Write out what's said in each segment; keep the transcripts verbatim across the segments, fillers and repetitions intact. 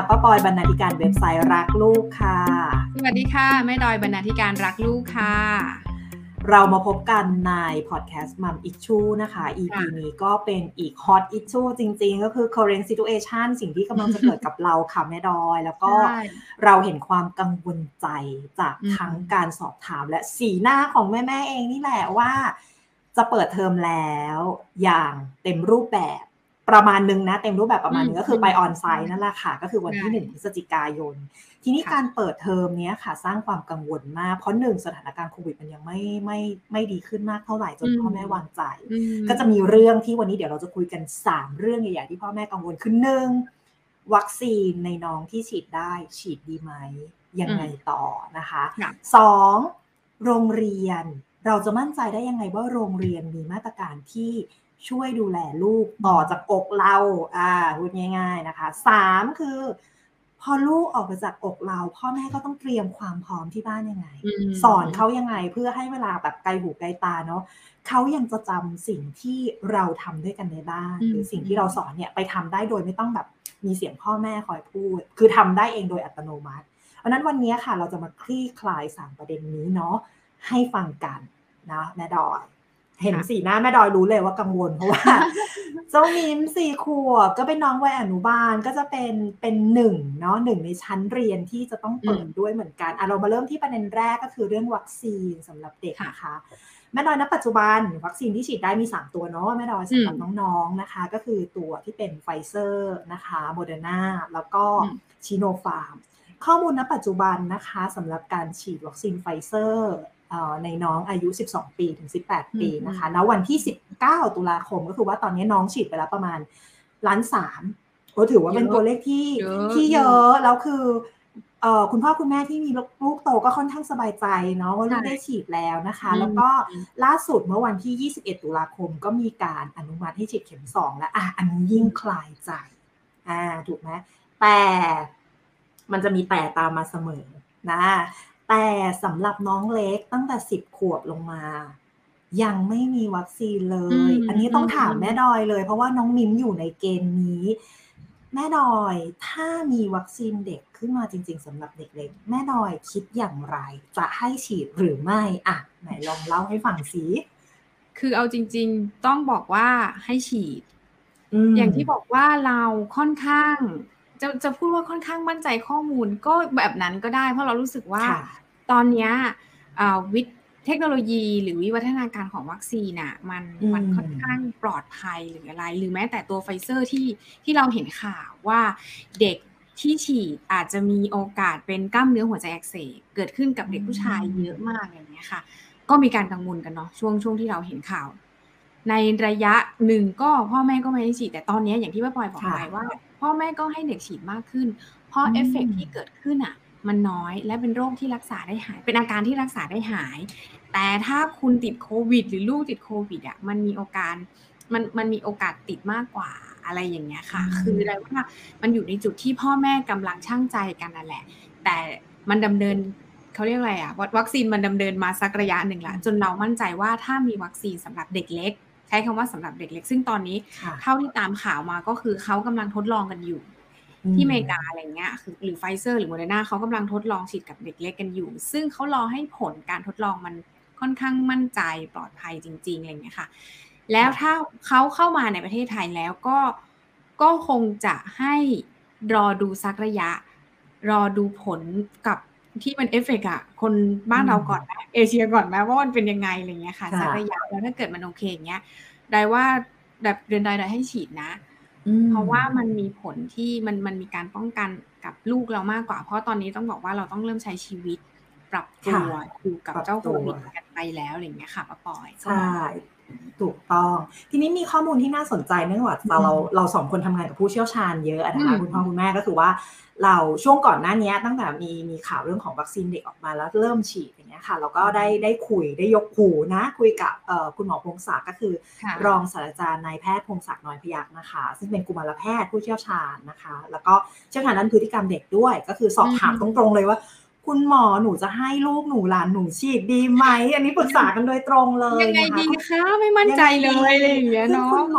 ป้าปอยบรรณาธิการเว็บไซต์รักลูกค่ะสวัสดีค่ะแม่ดอยบรรณาธิการรักลูกค่ะเรามาพบกันในพอดแคสต์ Mom Issue นะคะ อี พี นี้ก็เป็นอีก Hot Issue จริงๆก็คือ current situation สิ่งที่กำลังจะเกิดกับเราค่ะแม่ดอยแล้วก็เราเห็นความกังวลใจจากทั้งการสอบถามและสีหน้าของแม่ๆเองนี่แหละว่าจะเปิดเทอมแล้วอย่างเต็มรูปแบบประมาณนึงนะเต็มรูปแบบประมาณนึงก็คือไปออนไซต์นั่นแหละค่ะก็คือวันที่หนึ่งพฤศจิกายนทีนี้การเปิดเทอมนี้ค่ะสร้างความกังวลมากเพราะหนึ่งสถานการณ์โควิดมันยังไม่ไม่ไม่ดีขึ้นมากเท่าไหร่จนพ่อแม่วางใจก็จะมีเรื่องที่วันนี้เดี๋ยวเราจะคุยกันสามเรื่องใหญ่ๆที่พ่อแม่กังวลคือหนึ่งวัคซีนในน้องที่ฉีดได้ฉีดดีไหมยังไงต่อนะคะสองโรงเรียนเราจะมั่นใจได้ยังไงว่าโรงเรียนมีมาตรการที่ช่วยดูแลลูกต่อจากอกเราอ่าพูดง่ายๆนะคะสามคือพอลูกออกมาจากอกเราพ่อแม่ก็ต้องเตรียมความพร้อมที่บ้านยังไงสอนเขายังไงเพื่อให้เวลาแบบไกลหูไกลตาเนาะเขายังจะจำสิ่งที่เราทำด้วยกันในบ้านหรือสิ่งที่เราสอนเนี่ยไปทำได้โดยไม่ต้องแบบมีเสียงพ่อแม่คอยพูดคือทำได้เองโดยอัตโนมัติเพราะนั้นวันนี้ค่ะเราจะมาคลี่คลายสามประเด็นนี้เนาะให้ฟังกันนะแม่ดอยเห็นสีหน้าแม่ดอยรู้เลยว่ากังวลเพราะว่าเจ้ามิมสี่ขวบก็เป็นน้องวัยอนุบาลก็จะเป็นเป็นหนึ่งเนาะหนึ่งในชั้นเรียนที่จะต้องเปิดด้วยเหมือนกันอ่ะเรามาเริ่มที่ประเด็นแรกก็คือเรื่องวัคซีนสำหรับเด็กนะคะแม่ดอยณปัจจุบันวัคซีนที่ฉีดได้มีสามตัวเนาะแม่ดอยสำหรับน้องๆนะคะก็คือตัวที่เป็นไฟเซอร์นะคะโมเดอร์นาแล้วก็ชิโนฟาร์มข้อมูลณปัจจุบันนะคะสำหรับการฉีดวัคซีนไฟเซอร์ในน้องอายุสิบสองปีถึงสิบแปดปีนะคะณวันที่สิบเก้าตุลาคมก็คือว่าตอนนี้น้องฉีดไปแล้วประมาณล้านสามก็ถือว่าเป็นตัวเลขที่ที่เยอะแล้วคือเอ่อคุณพ่อคุณแม่ที่มีลูกโตก็ค่อนข้างสบายใจเนาะว่าลูกได้ฉีดแล้วนะคะแล้วก็ล่าสุดเมื่อวันที่ยี่สิบเอ็ดตุลาคมก็มีการอนุมัติให้ฉีดเข็มสองแล้วอ่ะอันนี้ยิ่งคลายใจอ่าถูกไหมแต่มันจะมีแต่ตามมาเสมอนะแต่สำหรับน้องเล็กตั้งแต่สิบขวบลงมายังไม่มีวัคซีนเลยอันนี้ต้องถามแม่ดอยเลยเพราะว่าน้องมิมอยู่ในเกณฑ์นี้แม่ดอยถ้ามีวัคซีนเด็กขึ้นมาจริงๆสำหรับเด็กเล็กแม่ดอยคิดอย่างไรจะให้ฉีดหรือไม่อ่ะไหนลองเล่าให้ฟังสิคือเอาจริงๆต้องบอกว่าให้ฉีด อ, อย่างที่บอกว่าเราค่อนข้างจะจะพูดว่าค่อนข้างมั่นใจข้อมูลก็แบบนั้นก็ได้เพราะเรารู้สึกว่าตอนนี้วิทย์เทคโนโลยีหรือวิวัฒนาการของวัคซีนน่ะมันมันค่อนข้างปลอดภัยหรืออะไรหรือแม้แต่ตัวไฟเซอร์ที่ที่เราเห็นข่าวว่าเด็กที่ฉีดอาจจะมีโอกาสเป็นกล้ามเนื้อหัวใจอักเสบเกิดขึ้นกับเด็กผู้ชายเยอะมากอย่างเงี้ยค่ะก็มีการกังวลกันเนาะช่วงช่วงที่เราเห็นข่าวในระยะหนึ่งก็พ่อแม่ก็ไม่ได้ฉีดแต่ตอนนี้อย่างที่ป้าปอยบอกไปว่าพ่อแม่ก็ให้เด็กฉีดมากขึ้นเพราะเอฟเฟกต์ที่เกิดขึ้นอ่ะมันน้อยและเป็นโรคที่รักษาได้หายเป็นอาการที่รักษาได้หายแต่ถ้าคุณติดโควิดหรือลูกติดโควิดอ่ะมันมีโอกาสมันมันมีโอกาสติดมากกว่าอะไรอย่างเงี้ยค่ะคืออะไรว่ามันอยู่ในจุดที่พ่อแม่กำลังชั่งใจกันนั่นแหละแต่มันดำเนินเขาเรียกอะไรอ่ะวัคซีนมันดำเนินมาสักระยะหนึ่งละจนเรามั่นใจว่าถ้ามีวัคซีนสำหรับเด็กเล็กใช้คำว่าสำหรับเด็กเล็กซึ่งตอนนี้เท่าที่ตามข่าวมาก็คือเขากำลังทดลองกันอยู่ที่อเมริกาอะไรเงี้ยคือหรือไฟเซอร์หรือโมเดอร์นาเขากำลังทดลองฉีดกับเด็กเล็กกันอยู่ซึ่งเขารอให้ผลการทดลองมันค่อนข้างมั่นใจปลอดภัยจริงๆอะไรเงี้ยค่ะแล้วถ้าเขาเข้ามาในประเทศไทยแล้วก็ก็คงจะให้รอดูสักระยะรอดูผลกับที่มันเอฟเฟกต์อ่ะคนบ้านเราก่อนนะเอเชียก่อนนะว่ามันเป็นยังไงอะไรเงี้ยค่ะสักระยะแล้วถ้าเกิดมันโอเคอย่างเงี้ยได้ว่าแบบเดือนใดได้ให้ฉีดนะเพราะว่ามันมีผลที่มันมันมีการป้องกันกับลูกเรามากกว่าเพราะตอนนี้ต้องบอกว่าเราต้องเริ่มใช้ชีวิตปรับตัวอยู่กับเจ้าโควิดกันไปแล้วอะไรเงี้ยค่ะป้าปอยใช่ถูกต้องทีนี้มีข้อมูลที่น่าสนใจเนื่องจากเราเราสองคนทำงานกับผู้เชี่ยวชาญเยอะนะคะคุณพ่อคุณแม่ก็คือว่าเราช่วงก่อนหน้านี้ตั้งแต่มีมีข่าวเรื่องของวัคซีนเด็กออกมาแล้วเริ่มฉีดอย่างเงี้ยค่ะเราก็ได้ได้คุยได้ยกหูนะคุยกับเอ่อคุณหมอพงศักดิ์ก็คือรองศาสตราจารย์นายแพทย์พงศักดิ์น้อยพยัคฆ์นะคะซึ่งเป็นกุมารแพทย์ผู้เชี่ยวชาญนะคะแล้วก็เชี่ยวชาญด้านพฤติกรรมเด็กด้วยก็คือสอบถามตรงๆเลยว่าคุณหมอหนูจะให้ลูกหนูหลานหนูฉีดดีไหมอันนี้ปรึกษากันโดยตรงเลยยังไงดีคะไม่มั่นใจเลยอะไรอย่างเงี้ยเนาะคุณหมอ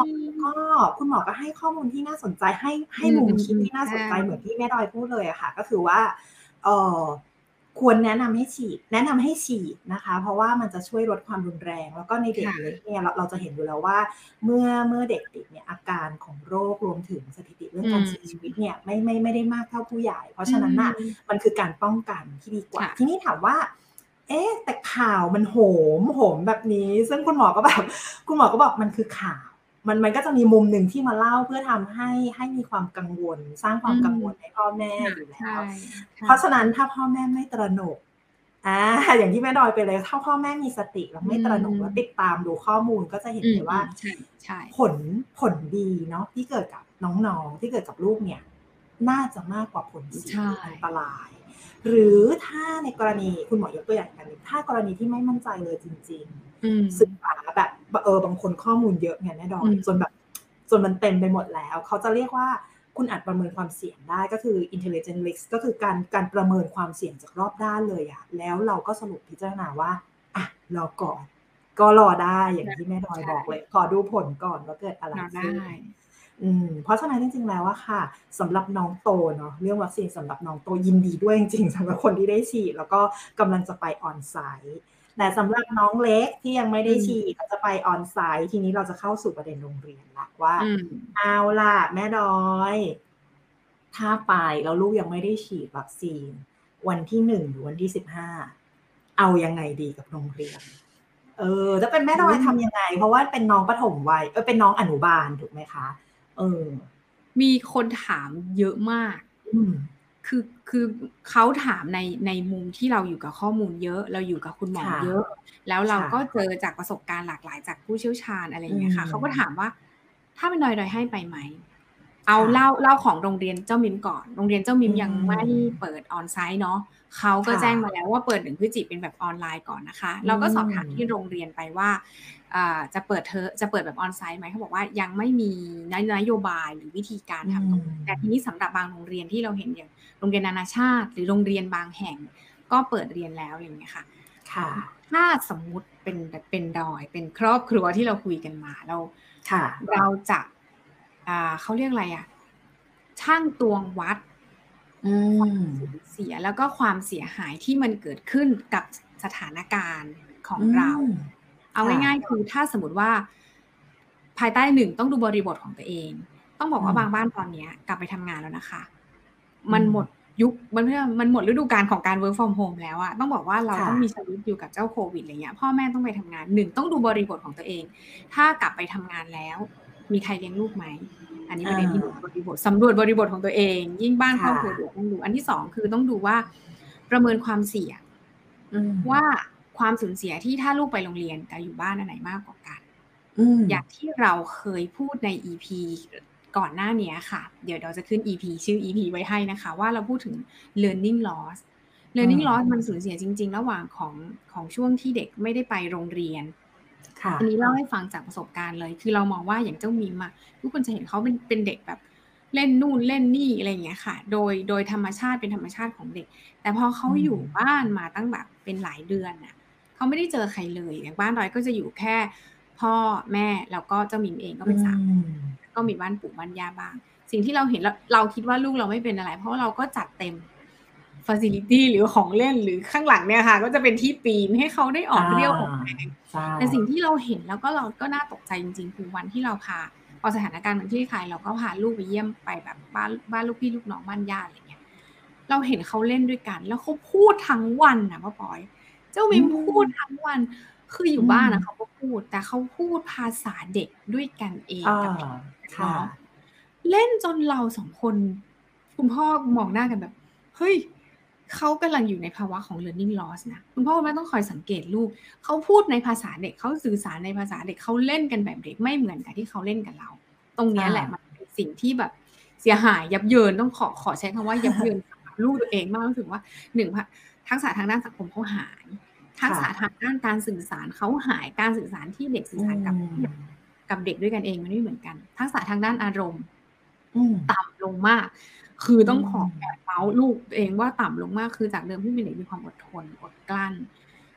ก็คุณหมอก็ให้ข้อมูลที่น่าสนใจให้ให้อืมุมคิดมที่น่าๆ ๆ ใชสนใจเหมือน่ที่แม่ดอยพูดเลยอะค่ะ ก็คือว่า เอ่อ ควรแนะนำให้ฉีด แนะนำให้ฉีดนะคะ เพราะว่ามันจะช่วยลดความรุนแรง แล้วก็ในเด็คก่เล็กะเนี่ย เรา เราจะเห็นอยู่แล้วว่า เมื่อ เมื่อเด็กติดเนี่ย อาการของโรครวมถึงสถิติเรื่ออืงการเสียชีวิตมเนี่ย ไม่ ไม่ ไม่ได้มากเท่าผู้ใหญ่ เพราอืะฉะนั้นน่ะมมันคือการป้องกันที่ดีกวค่า่ะทีนี้ถามว่า เอ๊ะ แต่ข่าวมันโหม โหมแบบนี้ ซึ่งคุณหมอก็ แบบ คุณหมอก็บอกมันคือข่าว มัน มันก็จะมีมุมหนึ่งที่มาเล่าเพื่อทำให้ ให้มีความกังวล สร้างคอืมวามกังวลให้พ่อแม่ค่ะอยู่แใลช่้วใชเพราะฉะ่นั้นถ้าพ่อแม่ไม่ตระหนก อา อย่างที่แม่ดอยเป็นเลย ถ้าพ่อแม่มีสติแล้วอืไม่ตระหนก แล้วมติดตามดูข้อมูล ก็จะเห็อนืเลยว่าม ๆ ใช่ ๆผล ผลดีเนาะที่เกิดกับน้อง ๆ ที่เกิดกับลูกเนี่ย น่าจะมากกว่าผลอือเสใีชยหรืออันต่ราย หรือถ้าในกรณี คุณหมอยกตัวอย่างอีกอันหนึ่ง ถ้ากรณีที่ไม่มั่นใจเลยจริงอืๆ ศึกมษาแบบ บ เออ บางคนข้อมูลเยอะไงแม่ดอือย จนแบบมจนมันเต็มไปหมดแล้ว เขาจะเรียกว่า คุณอาจประเมินความเสี่ยงได้ ก็คือ intelligent risk ก็คือการ การประเมินความเสี่ยงจากรอบด้านเลยอะ แล้วเราก็สรุปพิจารณาว่า อะ รอก่อน ก็รอได้อใย่ชา่งที่แม่ดอใยชบอกเล่ย ขอดูผลก่อนว่าเกิดอะไรรอไขดึ้น้อืม เพราะฉะนั้นจริง ๆ แล้วอะค่ะ สำหรับน้องโตเนาะ เรื่องวัคซีนสำหรับน้องโต ยินดีด้วยจริง ๆ สำหรับคนที่ได้ฉีด แล้วก็กำลังจะไป on-site แต่สำหรับน้องเล็กที่ยังไม่อืมได้ฉีด แล้วจะไป on-site ทีนี้เราจะเข้าสู่ประเด็นโรงเรียนแล้วว่าอืมเอาล่ะแม่ดอย ถ้าไปแล้วลูกยังไม่ได้ฉีดวัคซีนวันที่ หนึ่ง หรือวันที่ สิบห้า เอายังไงดีกับโรงเรียน? เออ ถ้าเป็นแม่โอดอ้ยโทฮำยังไง? เพราะว่าเป็นน้องประถมวัย เออ เป็นน้องอนุบาลถูกไหมคะ? เออมีคนถามเยอะมากอืมคือ คือเขาถามใน ในมุมที่เราอยู่กับข้อมูลเยอะ เราอยู่กับคุณหมคอ่ะเยอะ แล้วเรคา่ะก็เจอจากประสบการณ์หลากหลายจากผู้เชี่ยวชาญ อะไรออย่ืางเงี้ยค่ะ เขาก็ถมามว่า "ถ้าเป็นดอย ดอยให้ไปไหม?" เอาค่เล่าะเล่าของโรงเรียนเจ้ามิ้นก่อน โรงเรียนเจ้ามิอ้ืนยังไม่มเปิด on-site เนาะ เขาคก็่แจ้งมะาแล้วว่าเปิด หนึ่ง พฤศจิเป็นแบบออนไลน์ก่อนนะคะอืเราก็สอบถามที่โรมงเรียนไปว่า อ่า จะเปิดเทอม จะเปิดแบบ on-site ไหม เขาบอกว่ายังไม่มีน นโยบายหรือวิธีการอืทำตรงนี้ แต่ทีมนี้สำหรับบางโรงเรียนที่เราเห็น อย่างโรงเรียนนานาชาติ หรือโรงเรียนบางแห่งก็เปิดเรียนแล้ว อย่างเงี้ยค่ะค่ะถ้าสมมุติเป็นแบบ เป็นดอย เป็นครอบครัวที่เราคุยกันมา เราค่ะเราจะ อ่า เขาเรียกอะไรอะ ชั่งตวงวัดอืความสูมญเสีย แล้วก็ความเสียหายที่มันเกิดขึ้นกับ ส สถานการณ์ขอองืเรามเอาค่ะง่าย ๆ คือถ้าสมมุติว่า ภายใต้ หนึ่ง ต้องดูบริบทของตัวเอง ต้องบอกอืมว่าบางบ้านตอนเนี้ยกลับไปทำงานแล้วนะคะอืมมันหมดยุค มันไม่ใช่ว่า มันหมดฤดูกาลของการ work from home แล้วอะ ต้องบอกว่าเราค่ต้องมีะชีวิตอยู่กับเจ้าโควิด ไรเงี้ย พ่อแม่ต้องไปทำงาน หนึ่ง ต้องดูบริบทของตัวเอง ถ้ากลับไปทำงานแล้ว มีใครเลี้ยงลูกไหม อันนี้อประเด็นที่ หนึ่งาบริบท สำรวจบริบทของตัวเอง ยิ่งบ้านคคร่อบครัวเดี่ะยวต้องดู อันที่ สอง คือต้องดูว่า ประเมินความเสี่ยงอืว่ามความสูญเสียที่ถ้าลูกไปโรงเรียนกับอยู่บ้านอันไหนมากกว่ากันอืมอย่างที่เราเคยพูดใน อี พี อ ก่อนหน้าเนี้ยค่ะ เดี๋ยวเราจะขึ้น อี พี ชื่อ อี พี ไว้ให้นะคะว่า เราพูดถึง learning loss อื learning loss มมันสูญเสียจริง ๆ ระหว่างของ ของช่วงที่เด็กไม่ได้ไปโรงเรียนค่อันนี้ะเล่าให้ฟังจากประสบการณ์เลย คือเรามองว่าอย่างเจ้ามิมอะ ทุกคนจะเห็นเขาเป็น เป็นเด็กแบบเล่นนู่นเล่นนี่ อะไรอย่างเงี้ยค่ะ โดย โดยธรรมชาติ เป็นธรรมชาติของเด็ก แต่พอเขาอือยู่มบ้านมาตั้งแบบเป็นหลายเดือนน่ะ เขาไม่ได้เจอใครเลย อย่างบ้านดอยก็จะอยู่แค่พ่อ แม่ แล้วก็เจ้ามิมเอง ก็อืเป็น สามมก็มีบ้านปู่บ้านย่าบ้าง สิ่งที่เราเห็น เรา เราคิดว่าลูกเราไม่เป็นอะไร เพราะว่าเราก็จัดเต็ม ฟัซิลิตี หรือของเล่น หรือข้างหลังเนี่ยค่ะ ก็จะเป็นที่ปีนให้เขาได้อออากเรี่ยวออกแรงใช่แต่สิ่งที่เราเห็น แล้วก็เราก็น่าตกใจจริง ๆ คือวันที่เราพา พอสถานการณ์มันคลี่คลาย เราก็พาลูกไปเยี่ยม ไปแบบบ้าน บ้านลูกพี่ลูกน้อง บ้านญาติ อะไรเงี้ย เราเห็นเขาเล่นด้วยกัน แล้วเขาพูดทั้งวันน่ะป้าป๋อย เจ้าอมืิมพูดมทั้งวัน คือออยืู่บ้านอะมเขาก็พูด แต่เขาพูดภาษาเด็กด้วยกันเอองากับพี่ กับคน่้องะเล่นจนเรา สอง คน คุณพ่อมองหน้ากันแบบ เฮ้ย เขากำลังอยู่ในภาวะของ learning loss นะ คุณพ่อคุณแม่ต้องคอยสังเกตลูก เขาพูดในภาษาเด็ก เขาสื่อสารในภาษาเด็ก เขาเล่นกันแบบเด็ก ไม่เหมือนกับที่เขาเล่นกับเรา ตรงเอนี้ยแหละามันเป็นสิ่งที่แบบเสียหายยับเยิน ต้องขอ ขอใช้คำว่ายับเยิน สำหรับ ลูกตัวเองมาก รู้สึกว่า หนึ่ง พ ทักษะทางด้านสังคมเขาหาย ทคัก่ษะะทางด้านการสื่อสารเขาหาย การสื่อสารที่เด็กสื่ออืสารกับผู้ใหญ่มกับเด็กด้วยกันเองมันไม่เหมือนกัน ทักษะทางด้านอารมณ์อืมต่ำลงมาก คืออืต้องขอแอมบเมาท์ลูกตัวเองว่าต่ำลงมาก คือจากเดิมที่เป็นเด็กมีความอดทน อดกลั้น พ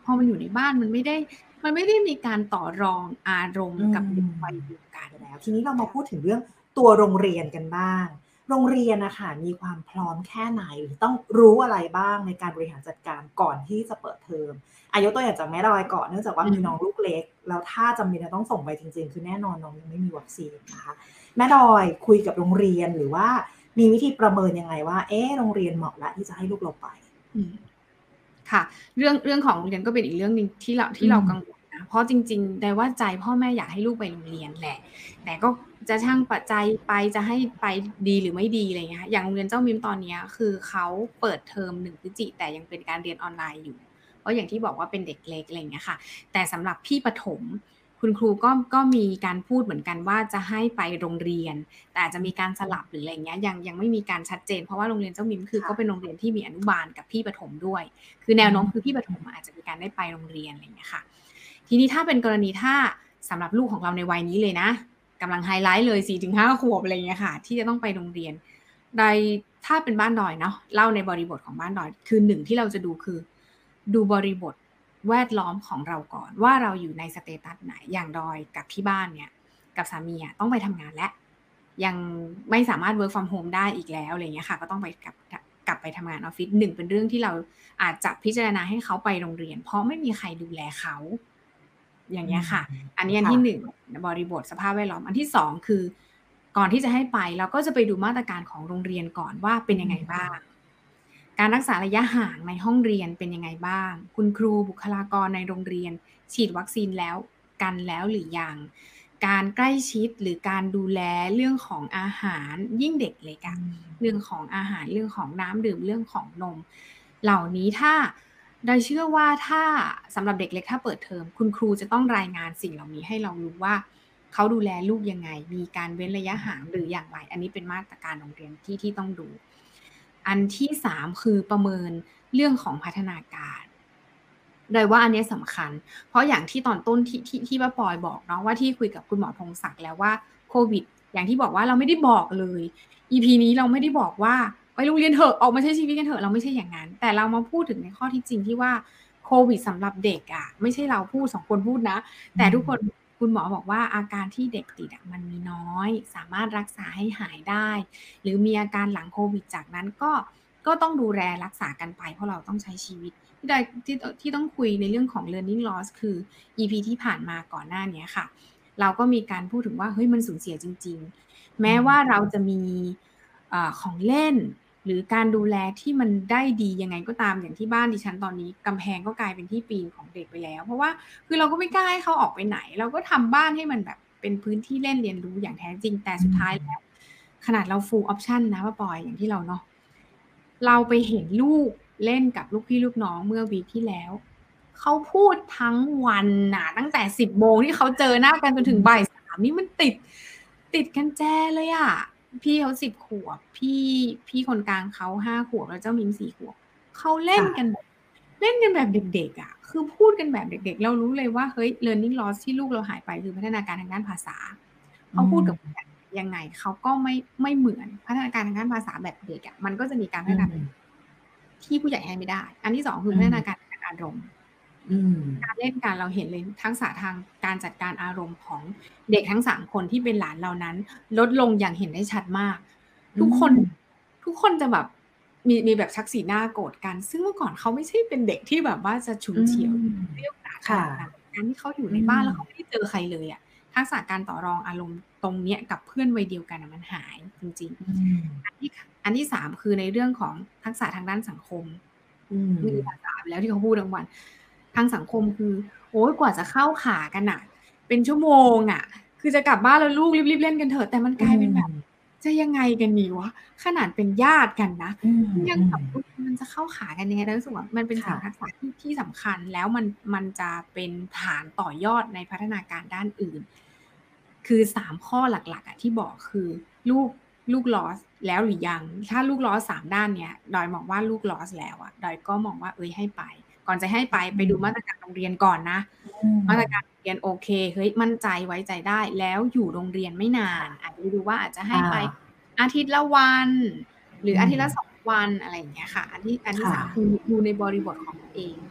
อมันอยู่ในบ้านมันไม่ได้มันไม่ได้มีการต่อรองอารมณ์กับเด็กวัยเดียวกันแล้วทีนี้เรามาพูดถึงเรื่องตัวโรงเรียนกันบ้างโรงเรียนนะคะมีความพร้อมแค่ไหนหรือต้องรู้อะไรบ้างในการบริหารจัดการก่อนที่จะเปิดเทอมอายุตัวอย่างจากแม่ดอยก่อนเนื่องจากว่ามีน้องลูกเล็กแล้วถ้าจำเป็นจะต้องส่งไปจริงๆคือแน่นอนน้องยังไม่มีวัคซีนนะคะแม่ดอยคุยกับโรงเรียนหรือว่ามีวิธีประเมินยังไงว่าเอ๊ะโรงเรียนเหมาะแล้วที่จะให้ลูกเราไปค่ะเรื่องเรื่องของโรงเรียนก็เป็นอีกเรื่องนึงที่เราที่เรากังวลนะเพราะจริงๆได้ว่าใจพ่อแม่อยากให้ลูกไปโรงเรียนแหละแต่ก็จะช่างปัจจัยไปจะให้ไปดีหรือไม่ดีอะไรเงี้ยอย่างโรงเรียนเจ้ามิมตอนนี้คือเขาเปิดเทอมหนึ่งพฤศจิกายนแต่ยังเป็นการเรียนออนไลน์อยู่เพราะอย่างที่บอกว่าเป็นเด็กเล็กอะไรเงี้ยค่ะแต่สำหรับพี่ประถมคุณครูก็ก็มีการพูดเหมือนกันว่าจะให้ไปโรงเรียนแต่จะมีการสลับหรืออะไรเงี้ยยังยังไม่มีการชัดเจนเพราะว่าโรงเรียนเจ้ามิมคือก็เป็นโรงเรียนที่มีอนุบาลกับพี่ประถมด้วยคือแนวโน้มคือพี่ประถมอาจจะมีการได้ไปโรงเรียนอะไรเงี้ยค่ะทีนี้ถ้าเป็นกรณีถ้าสำหรับลูกของเราในวัยนี้เลยนะกำลังไฮไลท์เลย สี่ถึงห้า ขวบอะไรเงี้ยค่ะที่จะต้องไปโรงเรียนโดยถ้าเป็นบ้านดอยเนาะเล่าในบริบทของบ้านดอยคือหนึ่งที่เราจะดูคือดูบริบทแวดล้อมของเราก่อนว่าเราอยู่ในสเตตัสไหนอย่างดอยกับที่บ้านเนี่ยกับสามีอ่ะต้องไปทำงานและยังไม่สามารถ work from home ได้อีกแล้วอะไรเงี้ยค่ะก็ต้องไปกับกลับไปทำงานออฟฟิศหนึ่งเป็นเรื่องที่เราอาจจะพิจารณาให้เขาไปโรงเรียนเพราะไม่มีใครดูแลเขาอย่างเงี้ยค่ะอันนี้อันที่หนึ่งบริบทสภาพแวดล้อมอันที่สองคือก่อนที่จะให้ไปเราก็จะไปดูมาตรการของโรงเรียนก่อนว่าเป็นยังไงบ้างการรักษาระยะห่างในห้องเรียนเป็นยังไงบ้างคุณครูบุคลากรในโรงเรียนฉีดวัคซีนแล้วกันแล้วหรือยังการใกล้ชิดหรือการดูแลเรื่องของอาหารยิ่งเด็กเล็กอะเรื่องของอาหารเรื่องของน้ำดื่มเรื่องของนมเหล่านี้ถ้าได้เชื่อว่าถ้าสำหรับเด็กเล็กถ้าเปิดเทอมคุณครูจะต้องรายงานสิ่งเหล่านี้ให้เรารู้ว่าเขาดูแลลูกยังไงมีการเว้นระยะห่างหรืออย่างไรอันนี้เป็นมาตรการโรงเรียนที่ที่ต้องดูอันที่สามคือประเมินเรื่องของพัฒนาการโดยว่าอันนี้สำคัญเพราะอย่างที่ตอนต้นที่ที่ที่ป้าปอยบอกเนาะว่าที่คุยกับคุณหมอพงศักดิ์แล้วว่าโควิดอย่างที่บอกว่าเราไม่ได้บอกเลย อี พี นี้เราไม่ได้บอกว่าไปโรงเรียนเถอะออกมาใช้ชีวิตกันเถอะเราไม่ใช่อย่างนั้นแต่เรามาพูดถึงในข้อที่จริงที่ว่าโควิดสำหรับเด็กอ่ะไม่ใช่เราพูดสองคนพูดนะแต่ทุกคนคุณหมอบอกว่าอาการที่เด็กติดอ่ะมันมีน้อยสามารถรักษาให้หายได้หรือมีอาการหลังโควิดจากนั้นก็ก็ต้องดูแลรักษากันไปเพราะเราต้องใช้ชีวิตที่ได้ที่ที่ต้องคุยในเรื่องของ learning loss คือ อี พี ที่ผ่านมาก่อนหน้านี้ค่ะเราก็มีการพูดถึงว่าเฮ้ยมันสูญเสียจริงๆแม้ว่าเราจะมีของเล่นหรือการดูแลที่มันได้ดียังไงก็ตามอย่างที่บ้านดิฉันตอนนี้กำแพงก็กลายเป็นที่ปีนของเด็กไปแล้วเพราะว่าคือเราก็ไม่กล้าให้เขาออกไปไหนเราก็ทำบ้านให้มันแบบเป็นพื้นที่เล่นเรียนรู้อย่างแท้จริงแต่สุดท้ายแล้วขนาดเรา full option นะป้าปอยอย่างที่เราเนาะเราไปเห็นลูกเล่นกับลูกพี่ลูกน้องเมื่อวีคที่แล้วเขาพูดทั้งวันน่ะตั้งแต่สิบโมงที่เขาเจอหน้ากันจนถึงบ่ายสามนี่มันติดติดกันแจเลยอ่ะพี่เขาสิบขวบพี่พี่คนกลางเขาห้าขวบแล้วเจ้ามิมสี่ขวบเขาเล่นกันเล่นกันแบบเด็กๆอ่ะคือพูดกันแบบเด็กๆเรารู้เลยว่าเฮ้ย learning loss ที่ลูกเราหายไปคือพัฒนาการทางด้านภาษาเขาพูดกับยังไงเขาก็ไม่ไม่เหมือนพัฒนาการทางด้านภาษาแบบเด็กอ่ะมันก็จะมีการพัฒนาที่ผู้ใหญ่ให้ไม่ได้อันที่สองคือพัฒนาการทางด้านอารมณ์การเล่นกันเราเห็นเลยทักษะทางการจัดการอารมณ์ของเด็กทั้งสามคนที่เป็นหลานเรานั้นลดลงอย่างเห็นได้ชัดมากทุกคนทุกคนจะแบบมีมีแบบชักสีหน้าโกรธกันซึ่งเมื่อก่อนเขาไม่ใช่เป็นเด็กที่แบบว่าจะฉุนเฉียวเรียวกราดค่ะการที่เขาอยู่ในบ้านแล้วเขาไม่ได้เจอใครเลยอ่ะทักษะการต่อรองอารมณ์ตรงเนี้ยกับเพื่อนวัยเดียวกันมันหายจริงๆอันที่อันที่สามคือในเรื่องของทักษะทางด้านสังคมมีภาษาแล้วที่เขาพูดทั้งวันทางสังคมคือโอ้ยกว่าจะเข้าขากันอ่ะเป็นชั่วโมงอ่ะคือจะกลับบ้านแล้วลูกรีบๆเล่นกันเถอะแต่มันกลายเป็นแบบจะยังไงกันดีวะขนาดเป็นญาติกันนะยังแบบมันจะเข้าขากันยังไงแล้วรู้สึกว่ามันเป็นสิ่งทักษะที่ที่สำคัญแล้วมันมันจะเป็นฐานต่อยอดในพัฒนาการด้านอื่นคือสามข้อหลักๆอ่ะที่บอกคือลูกลูกลอสแล้วหรือยังถ้าลูกลอสสามด้านเนี้ยดอยมองว่าลูกลอสแล้วอ่ะดอยก็มองว่าเอ้ยให้ไปก่อนจะให้ไปไปดูมาตรการโรงเรียนก่อนนะมาตรการโรงเรียนโอเคเฮ้ยมั่นใจไว้ใจได้แล้วอยู่โรงเรียนไม่นานอาจจะดูว่าอาจจะให้ไปอาทิตย์ละวันหรืออาทิตย์ละสองวันอะไรอย่างเงี้ยค่ะอันที่อันที่สามคือดูในบริบทของตัวเอง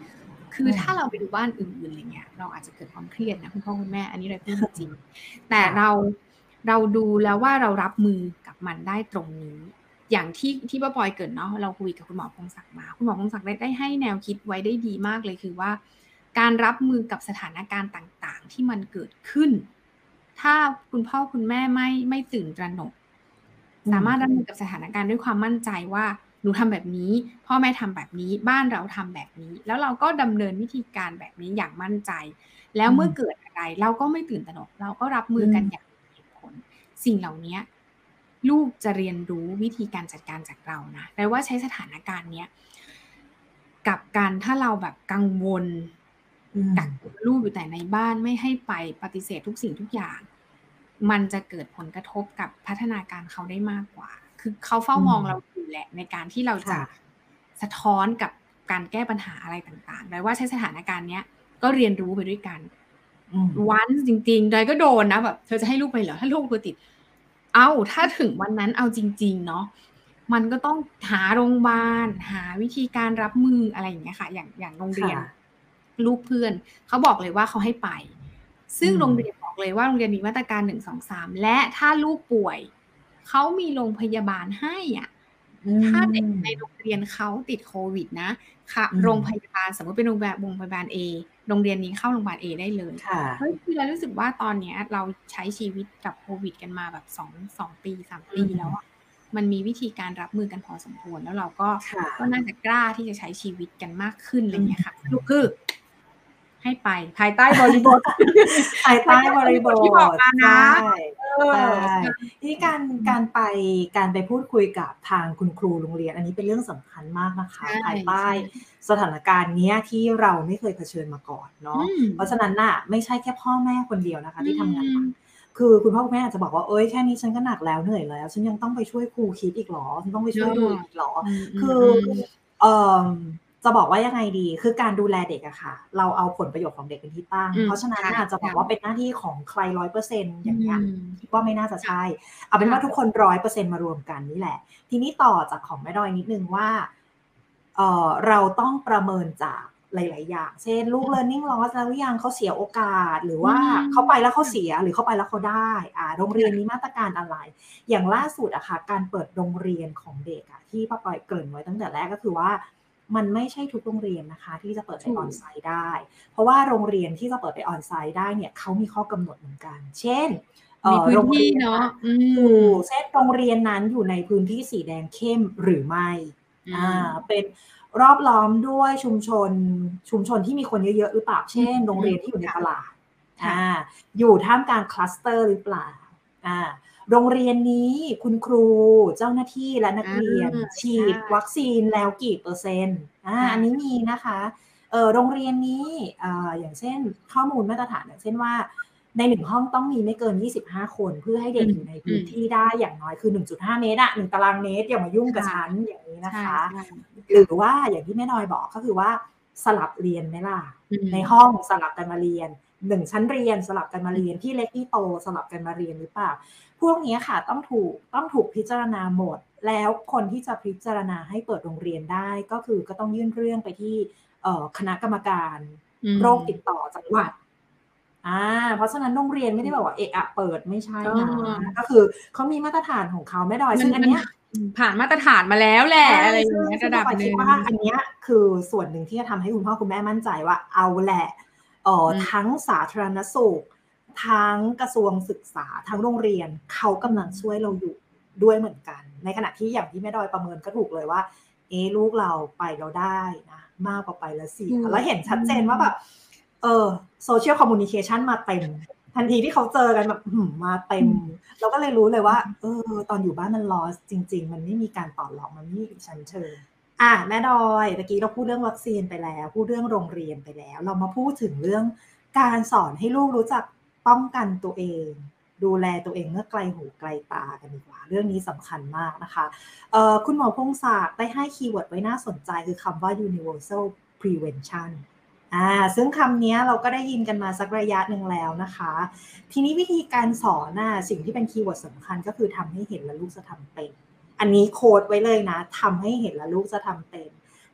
คือถ้าเราไปดูบ้านอื่นๆอะไรเงี้ยเราอาจจะเกิดความเครียดนะคุณพ่อคุณแม่อันนี้เราพูดจริงแต่เราเราดูแล้วว่าเรารับมือกับมันได้ตรงนี้อย่างที่ที่ป้าปอยเกิดเนาะเราคุยกับคุณหมอพงศักดิ์มาคุณหมอพงศักดิ์ได้ได้ให้แนวคิดไว้ได้ดีมากเลยคือว่าการรับมือกับสถานการณ์ต่างๆที่มันเกิดขึ้นถ้าคุณพ่อคุณแม่ไม่ไม่ตื่นตระหนกสามารถรับมือกับสถานการณ์ด้วยความมั่นใจว่าหนูทำแบบนี้พ่อแม่ทำแบบนี้บ้านเราทำแบบนี้แล้วเราก็ดำเนินวิธีการแบบนี้อย่างมั่นใจแล้วเมื่อเกิดอะไรเราก็ไม่ตื่นตระหนกเราก็รับมือกันอย่างมีเหตุผลสิ่งเหล่านี้ลูกจะเรียนรู้วิธีการจัดการจากเรานะแปลว่าใช้สถานการณ์เนี้ยกับการถ้าเราแบบกังวลกักลูกอยู่แต่ในบ้านไม่ให้ไปปฏิเสธทุกสิ่งทุกอย่างมันจะเกิดผลกระทบกับพัฒนาการเขาได้มากกว่าคือเขาเฝ้ามองเราอยู่แหละในการที่เราจะสะท้อนกับการแก้ปัญหาอะไรต่างๆโดยว่าใช้สถานการณ์เนี้ยก็เรียนรู้ไปด้วยกันวันจริงๆโดยก็โดนนะแบบเธอจะให้ลูกไปเหรอถ้าลูกตัวติดเอาถ้าถึงวันนั้นเอาจริงๆเนาะมันก็ต้องหาโรงพยาบาลหาวิธีการรับมืออะไรอย่างเงี้ยค่ะอย่างอย่างโรงเรียนลูกเพื่อนเขาบอกเลยว่าเขาให้ไปซึ่งโรงเรียนบอกเลยว่าโรงเรียนมีมาตรการหนึ่ง สอง สามและถ้าลูกป่วยเขามีโรงพยาบาลให้อ่ะถ้าเด็กในโรงเรียนเขาติดโควิดนะค่ะโรงพยาบาลสมมติเป็นโรงพยาบาลโรงพยาบาล A โรงเรียนนี้เข้าโรงพยาบาล A ได้เลยเฮ้ยคือเรารู้สึกว่าตอนนี้เราใช้ชีวิตกับโควิดกันมาแบบสอง สองปีสามปีแล้วอ่ะมันมีวิธีการรับมือกันพอสมควรแล้วเราก็ก็น่าจะกล้าที่จะใช้ชีวิตกันมากขึ้นอะไรอย่างเงี้ยค่ะลูกคือให้ไปภายใต้บริบทภายใต้บริบทที่บอกมานะที่การการไปการไปพูดคุยกับทางคุณครูโรงเรียนอันนี้เป็นเรื่องสำคัญมากนะคะภายใต้สถานการณ์เนี้ยที่เราไม่เคยเผชิญมาก่อนเนาะเพราะฉะนั้นน่ะไม่ใช่แค่พ่อแม่คนเดียวนะคะที่ทำงานหนักคือคุณพ่อคุณแม่อาจจะบอกว่าเอ้ยแค่นี้ฉันก็หนักแล้วเหนื่อยแล้วฉันยังต้องไปช่วยครูคิดอีกหรอฉันต้องไปช่วยดูอีกหรอคือเอ่อจะบอกว่ายังไงดีคือการดูแลเด็กอะค่ะเราเอาผลประโยชน์ของเด็กเป็นที่ตั้งเพราะฉะนั้นอาจจะบอกว่าเป็นหน้าที่ของใคร ร้อยเปอร์เซ็นต์ อย่างเงี้ยคิดว่าไม่น่าจะใช่เอาเป็นว่าทุกคน ร้อยเปอร์เซ็นต์ มารวมกันนี่แหละทีนี้ต่อจากของแม่ดอยนิดนึงว่าเอ่อเราต้องประเมินจากหลายๆอย่างเช่นลูก learning loss แล้วหรือยังเขาเสียโอกาสหรือว่าเขาไปแล้วเขาเสียหรือเขาไปแล้วเขาได้อ่าโรงเรียนมีมาตรการอะไรอย่างล่าสุดอะค่ะการเปิดโรงเรียนของเด็กอะที่ป้าปอยเกริ่นไว้ตั้งแต่แรกก็คือว่ามันไม่ใช่ทุกโรงเรียนนะคะที่จะเปิดไปออนไซต์ได้เพราะว่าโรงเรียนที่จะเปิดไปออนไซต์ได้เนี่ยเขามีข้อกำหนดเหมือนกันเช่นมีพื้นที่เนาะถูกเช่นโรงเรียนนั้นอยู่ในพื้นที่สีแดงเข้มหรือไม่อ่าเป็นรอบล้อมด้วยชุมชนชุมชนที่มีคนเยอะๆหรือเปล่าเช่นโรงเรียนที่อยู่ในตลาดอ่าอยู่ท่ามกลางคลัสเตอร์หรือเปล่าอ่าโรงเรียนนี้คุณครูเจ้าหน้าที่และนักเรียนฉีดวัคซีนแล้วกี่เปอร์เซ็นต์อ่าอันนี้มีนะคะเออโรงเรียนนี้อ่าอย่างเช่นข้อมูลมาตรฐานอย่างเช่นว่าในหนึ่งห้องต้องมีไม่เกินยี่สิบห้าคนเพื่อให้เด็กอยู่ในพื้นที่ได้อย่างน้อยคือ หนึ่งจุดห้า เมตรอะหนึ่งตารางเมตรอย่ามายุ่งกับฉันอย่างนี้นะคะหรือว่าอย่างที่แม่น้อยบอกก็คือว่าสลับเรียนไหมล่ะในห้องสลับกันมาเรียนหนึ่งชั้นเรียนสลับกันมาเรียนที่เล็กที่โตสลับกันมาเรียนหรือเปล่าพวกนี้ค่ะต้องถูกต้องถูกพิจารณาหมดแล้วคนที่จะพิจารณาให้เปิดโรงเรียนได้ก็คือก็ต้องยื่นเรื่องไปที่คณะกรรมการโรคติดต่อจังหวัดอ่าเพราะฉะนั้นโรงเรียนไม่ได้บอกว่าเอะอะเปิดไม่ใช่นะก็คือเขามีมาตรฐานของเขาแม่ดอยซึ่งอันเนี้ยผ่านมาตรฐานมาแล้วแหละอะไรอย่างเงี้ยระดับนึงว่าอันเนี้ยคือส่วนหนึ่งที่จะทำให้คุณพ่อคุณแม่มั่นใจว่าเอาแหละเอ่อทั้งสาธารณสุขทั้งกระทรวงศึกษาทั้งโรงเรียนเขากำลังช่วยเราอยู่ด้วยเหมือนกันในขณะที่อย่างที่แม่ดอยประเมินก็ถูกเลยว่าเอ๊ะลูกเราไปเราได้นะมากกว่าไปแล้วเสียแล้วเห็นชัดเจนว่าแบบเออโซเชียลคอมมูนิเคชันมาเต็มทันทีที่เขาเจอกันแบบมาเต็มเราก็เลยรู้เลยว่าเออตอนอยู่บ้านมันลอสจริงๆมันไม่มีการต่อรองมันไม่มีชั้นเชิญอ่ะแม่ดอยเมื่อกี้เราพูดเรื่องวัคซีนไปแล้วพูดเรื่องโรงเรียนไปแล้วเรามาพูดถึงเรื่องการสอนให้ลูกรู้จักป้องกันตัวเองดูแลตัวเองเมื่อไกลหูไกลตากันดีกว่าเรื่องนี้สำคัญมากนะคะเอ่อคุณหมอพงศักดิ์ได้ให้คีย์เวิร์ดไว้น่าสนใจคือคำว่า universal preventionอ่าซึ่งคำนี้เราก็ได้ยินกันมาสักระยะหนึ่งแล้วนะคะทีนี้วิธีการสอนน่ะสิ่งที่เป็นคีย์เวิร์ดสำคัญก็คือทำให้เห็นและลูกจะทำเป็นอันนี้โค้ดไว้เลยนะทำให้เห็นและลูกจะทำเป็น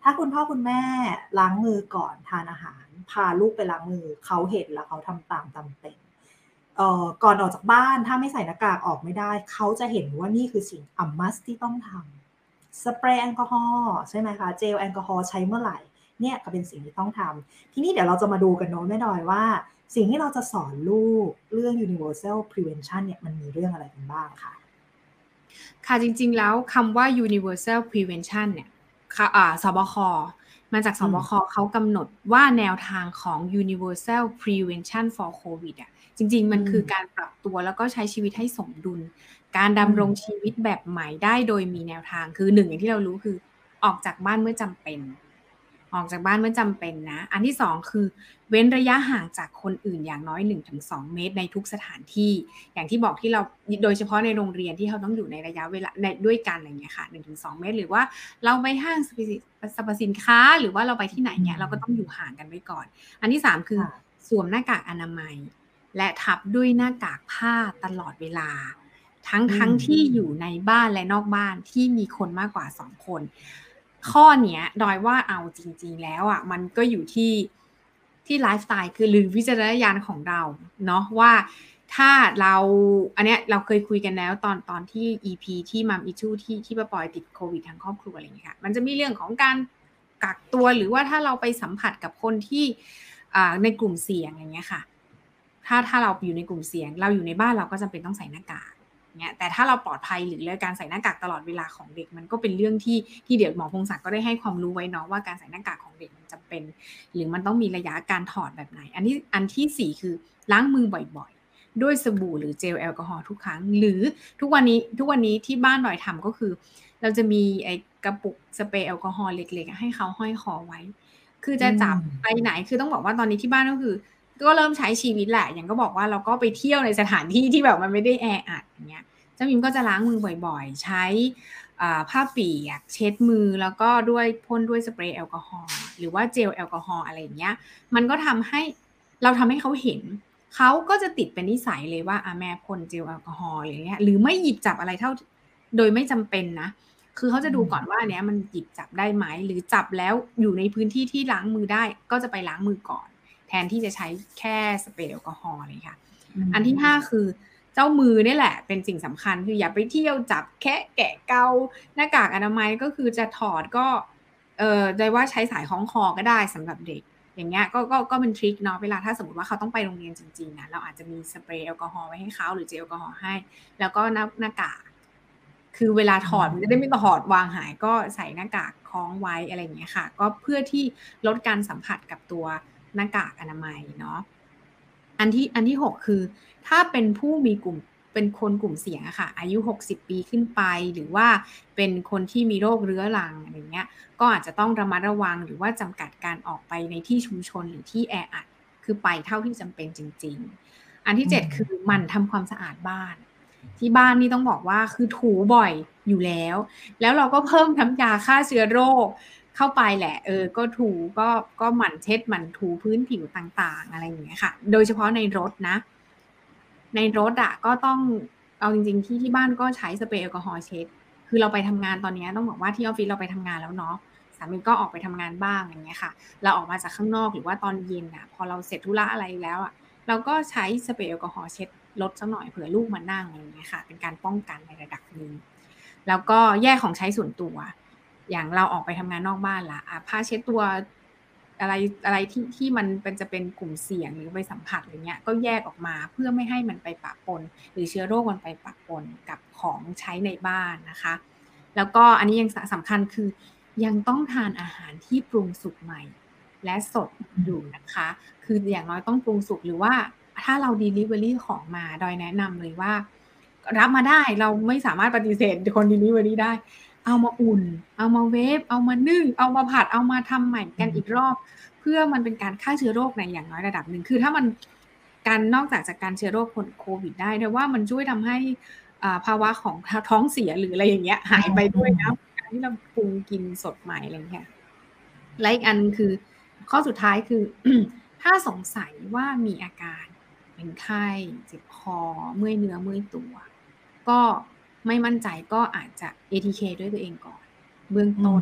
ถ้าคุณพ่อคุณแม่ล้างมือก่อนทานอาหารพาลูกไปล้างมือเขาเห็นแล้วเขาทำตามจำเป็นเอ่อก่อนออกจากบ้านถ้าไม่ใส่หน้ากากออกไม่ได้เขาจะเห็นว่านี่คือสิ่งอัมมัสที่ต้องทำสเปรย์แอลกอฮอล์ใช่ไหมคะเจลแอลกอฮอล์ใช้เมื่อไหร่เนี่ยก็เป็นสิ่งที่ต้องทำทีนี้เดี๋ยวเราจะมาดูกันเนาะแม่ดอยว่าสิ่งที่เราจะสอนลูกเรื่อง universal prevention เนี่ยมันมีเรื่องอะไรกันบ้างคะค่ะจริงๆแล้วคำว่า universal prevention เนี่ยค่ะอ่าสบคมาจากสบคเขากำหนดว่าแนวทางของ universal prevention for covid อ่ะจริงๆมันคือการปรับตัวแล้วก็ใช้ชีวิตให้สมดุลการดำรงชีวิตแบบใหม่ได้โดยมีแนวทางคือหนึ่งอย่างที่เรารู้คือออกจากบ้านเมื่อจำเป็นออกจากบ้านเมื่อจำเป็นนะอันที่สองคือเว้นระยะห่างจากคนอื่นอย่างน้อย หนึ่งถึงสอง เมตรในทุกสถานที่อย่างที่บอกที่เราโดยเฉพาะในโรงเรียนที่เขาต้องอยู่ในระยะเวลาในด้วยกันอะไรอย่างเงี้ยค่ะ หนึ่งถึงสอง เมตรหรือว่าเราไปห้างสรรพสินค้าหรือว่าเราไปที่ไหนเนี่ยเราก็ต้องอยู่ห่างกันไว้ก่อนอันที่สามคือสวมหน้ากากอนามัยและทับด้วยหน้ากากผ้าตลอดเวลาทั้งทั้งที่อยู่ในบ้านและนอกบ้านที่มีคนมากกว่าสองคนข้อเนี้ยดอยว่าเอาจริงๆแล้วอ่ะมันก็อยู่ที่ที่ไลฟ์สไตล์คือหรือวิจารณญาณของเราเนาะว่าถ้าเราอันเนี้ยเราเคยคุยกันแล้วตอนตอนที่ อี พี ที่มัมอิชูที่ที่ป้าปอยติดโควิดทั้งครอบครัวอะไรอย่างเงี้ยค่ะมันจะมีเรื่องของการกักตัวหรือว่าถ้าเราไปสัมผัสกับคนที่อ่าในกลุ่มเสี่ยงอย่างเงี้ยค่ะถ้าถ้าเราอยู่ในกลุ่มเสี่ยงเราอยู่ในบ้านเราก็จำเป็นต้องใส่หน้ากากเงี้ยแต่ถ้าเราปลอดภัยหรือเลยการใส่หน้ากากตลอดเวลาของเด็กมันก็เป็นเรื่องที่ที่เดี๋ยวหมอพงศักดิ์ก็ได้ให้ความรู้ไว้เนาะว่าการใส่หน้ากากของเด็กมันจำเป็นหรือมันต้องมีระยะการถอดแบบไหนอันที่อันที่สี่คือล้างมือบ่อยๆด้วยสบู่หรือเจลแอลกอฮอล์ทุกครั้งหรือทุกวันนี้ทุกวันนี้ที่บ้านดอยทำก็คือเราจะมีไอ้กระปุกสเปรย์แอลกอฮอล์เล็กๆให้เขาห้อยคอไว้คือจะจับไปไหนคือต้องบอกว่าตอนนี้ที่บ้านก็คือก็เริ่มใช้ชีวิตแหละอย่างก็บอกว่าเราก็ไปเที่ยวในสถานที่ที่แบบมันไม่ได้แออัดอย่างเงี้ยเจ้ามิมก็จะล้างมือบ่อยๆใช้ผ้าเปียกเช็ดมือแล้วก็ด้วยพ่นด้วยสเปรย์แอลกอฮอล์หรือว่าเจลแอลกอฮอล์อะไรอย่างเงี้ยมันก็ทำให้เราทำให้เขาเห็นเขาก็จะติดเป็นนิสัยเลยว่าอ่ะแม่พ่นเจลแอลกอฮอล์อะไรเงี้ยหรือไม่หยิบจับอะไรเท่าโดยไม่จำเป็นนะคือเขาจะดูก่อนว่าอันเนี้ยมันหยิบจับได้ไหมหรือจับแล้วอยู่ในพื้นที่ที่ล้างมือได้ก็จะไปล้างมือก่อนแทนที่จะใช้แค่สเปรย์แอลกอฮอล์เลยค่ะอันที่ห้าคือเจ้ามือนี่แหละเป็นสิ่งสำคัญคืออย่าไปเที่ยวจับแคะแกะเกาหน้ากากอนามัยก็คือจะถอดก็เออได้ว่าใช้สายคล้องคอก็ได้สำหรับเด็กอย่างเงี้ยก็ก็ก็เป็นทริคเนาะเวลาถ้าสมมติว่าเขาต้องไปโรงเรียนจริงๆนะเราอาจจะมีสเปรย์แอลกอฮอล์ไว้ให้เขาหรือเจลแอลกอฮอล์ให้แล้วก็หน้าหน้ากากคือเวลาถอดมันจะได้ไม่ถอดวางหายก็ใส่หน้ากากคล้องไว้อะไรอย่างเงี้ยค่ะก็เพื่อที่ลดการสัมผัสกับตัวหน้ากากอนามัยเนาะอันที่อันที่หกคือถ้าเป็นผู้มีกลุ่มเป็นคนกลุ่มเสี่ยงอะค่ะอายุหกสิบปีขึ้นไปหรือว่าเป็นคนที่มีโรคเรื้อรังอะไรเงี้ยก็อาจจะต้องระมัดระวังหรือว่าจำกัดการออกไปในที่ชุมชนหรือที่แออัดคือไปเท่าที่จำเป็นจริงๆอันที่เจ็ดคือหมั่นทำความสะอาดบ้านที่บ้านนี่ต้องบอกว่าคือถูบ่อยอยู่แล้วแล้วเราก็เพิ่มน้ำยาฆ่าเชื้อโรคเข้าไปแหละเออก็ถูก็ก็หมั่นเช็ดหมั่นถูพื้นผิวต่างๆอะไรอย่างเงี้ยค่ะโดยเฉพาะในรถนะในรถอ่ะก็ต้องเอาจริงๆที่ที่บ้านก็ใช้สเปรย์แอลกอฮอล์เช็ดคือเราไปทำงานตอนนี้ต้องบอกว่าที่ออฟฟิศเราไปทำงานแล้วเนาะสามีก็ออกไปทำงานบ้างอย่างเงี้ยค่ะเราออกมาจากข้างนอกหรือว่าตอนเย็นอ่ะพอเราเสร็จธุระอะไรแล้วอ่ะเราก็ใช้สเปรย์แอลกอฮอล์เช็ดรถสักหน่อยเผื่อลูกมานั่งอะไรอย่างเงี้ยค่ะเป็นการป้องกันในระดับนึงแล้วก็แยกของใช้ส่วนตัวอย่างเราออกไปทำงานนอกบ้านละอ่ะผ้าเช็ดตัวอะไรอะไรที่ที่มันเป็นจะเป็นกลุ่มเสี่ยงหรือไปสัมผัสอะไรเงี้ยก็แยกออกมาเพื่อไม่ให้มันไปปะปนหรือเชื้อโรคมันไปปะปนกับของใช้ในบ้านนะคะแล้วก็อันนี้ยังสำคัญคือยังต้องทานอาหารที่ปรุงสุกใหม่และสดอยู่นะคะคืออย่างน้อยต้องปรุงสุกหรือว่าถ้าเรา delivery ของมาโดยแนะนำเลยว่ารับมาได้เราไม่สามารถปฏิเสธคน delivery ได้เอามาอุ่นเอามาเวฟเอามานึ่งเอามาผัดเอามาทำใหม่กันอีกรอบเพื่อมันเป็นการฆ่าเชื้อโรคในอย่างน้อยระดับหนึ่งคือถ้ามันการนอกจากจากการเชื้อโรคโควิดได้แต่ว่ามันช่วยทำให้ภาวะของท้องเสียหรืออะไรอย่างเงี้ยหายไปด้วยนะการที่เราปรุงกินสดใหม่อะไรอย่างเงี้ยและอีกอันคือข้อสุดท้ายคือ ถ้าสงสัยว่ามีอาการเป็นไข้เจ็บคอเมื่อยเนื้อเมื่อยตัวก็ไม่มั่นใจก็อาจจะ เอ ที เค ด้วยตัวเองก่อนเบื้องต้น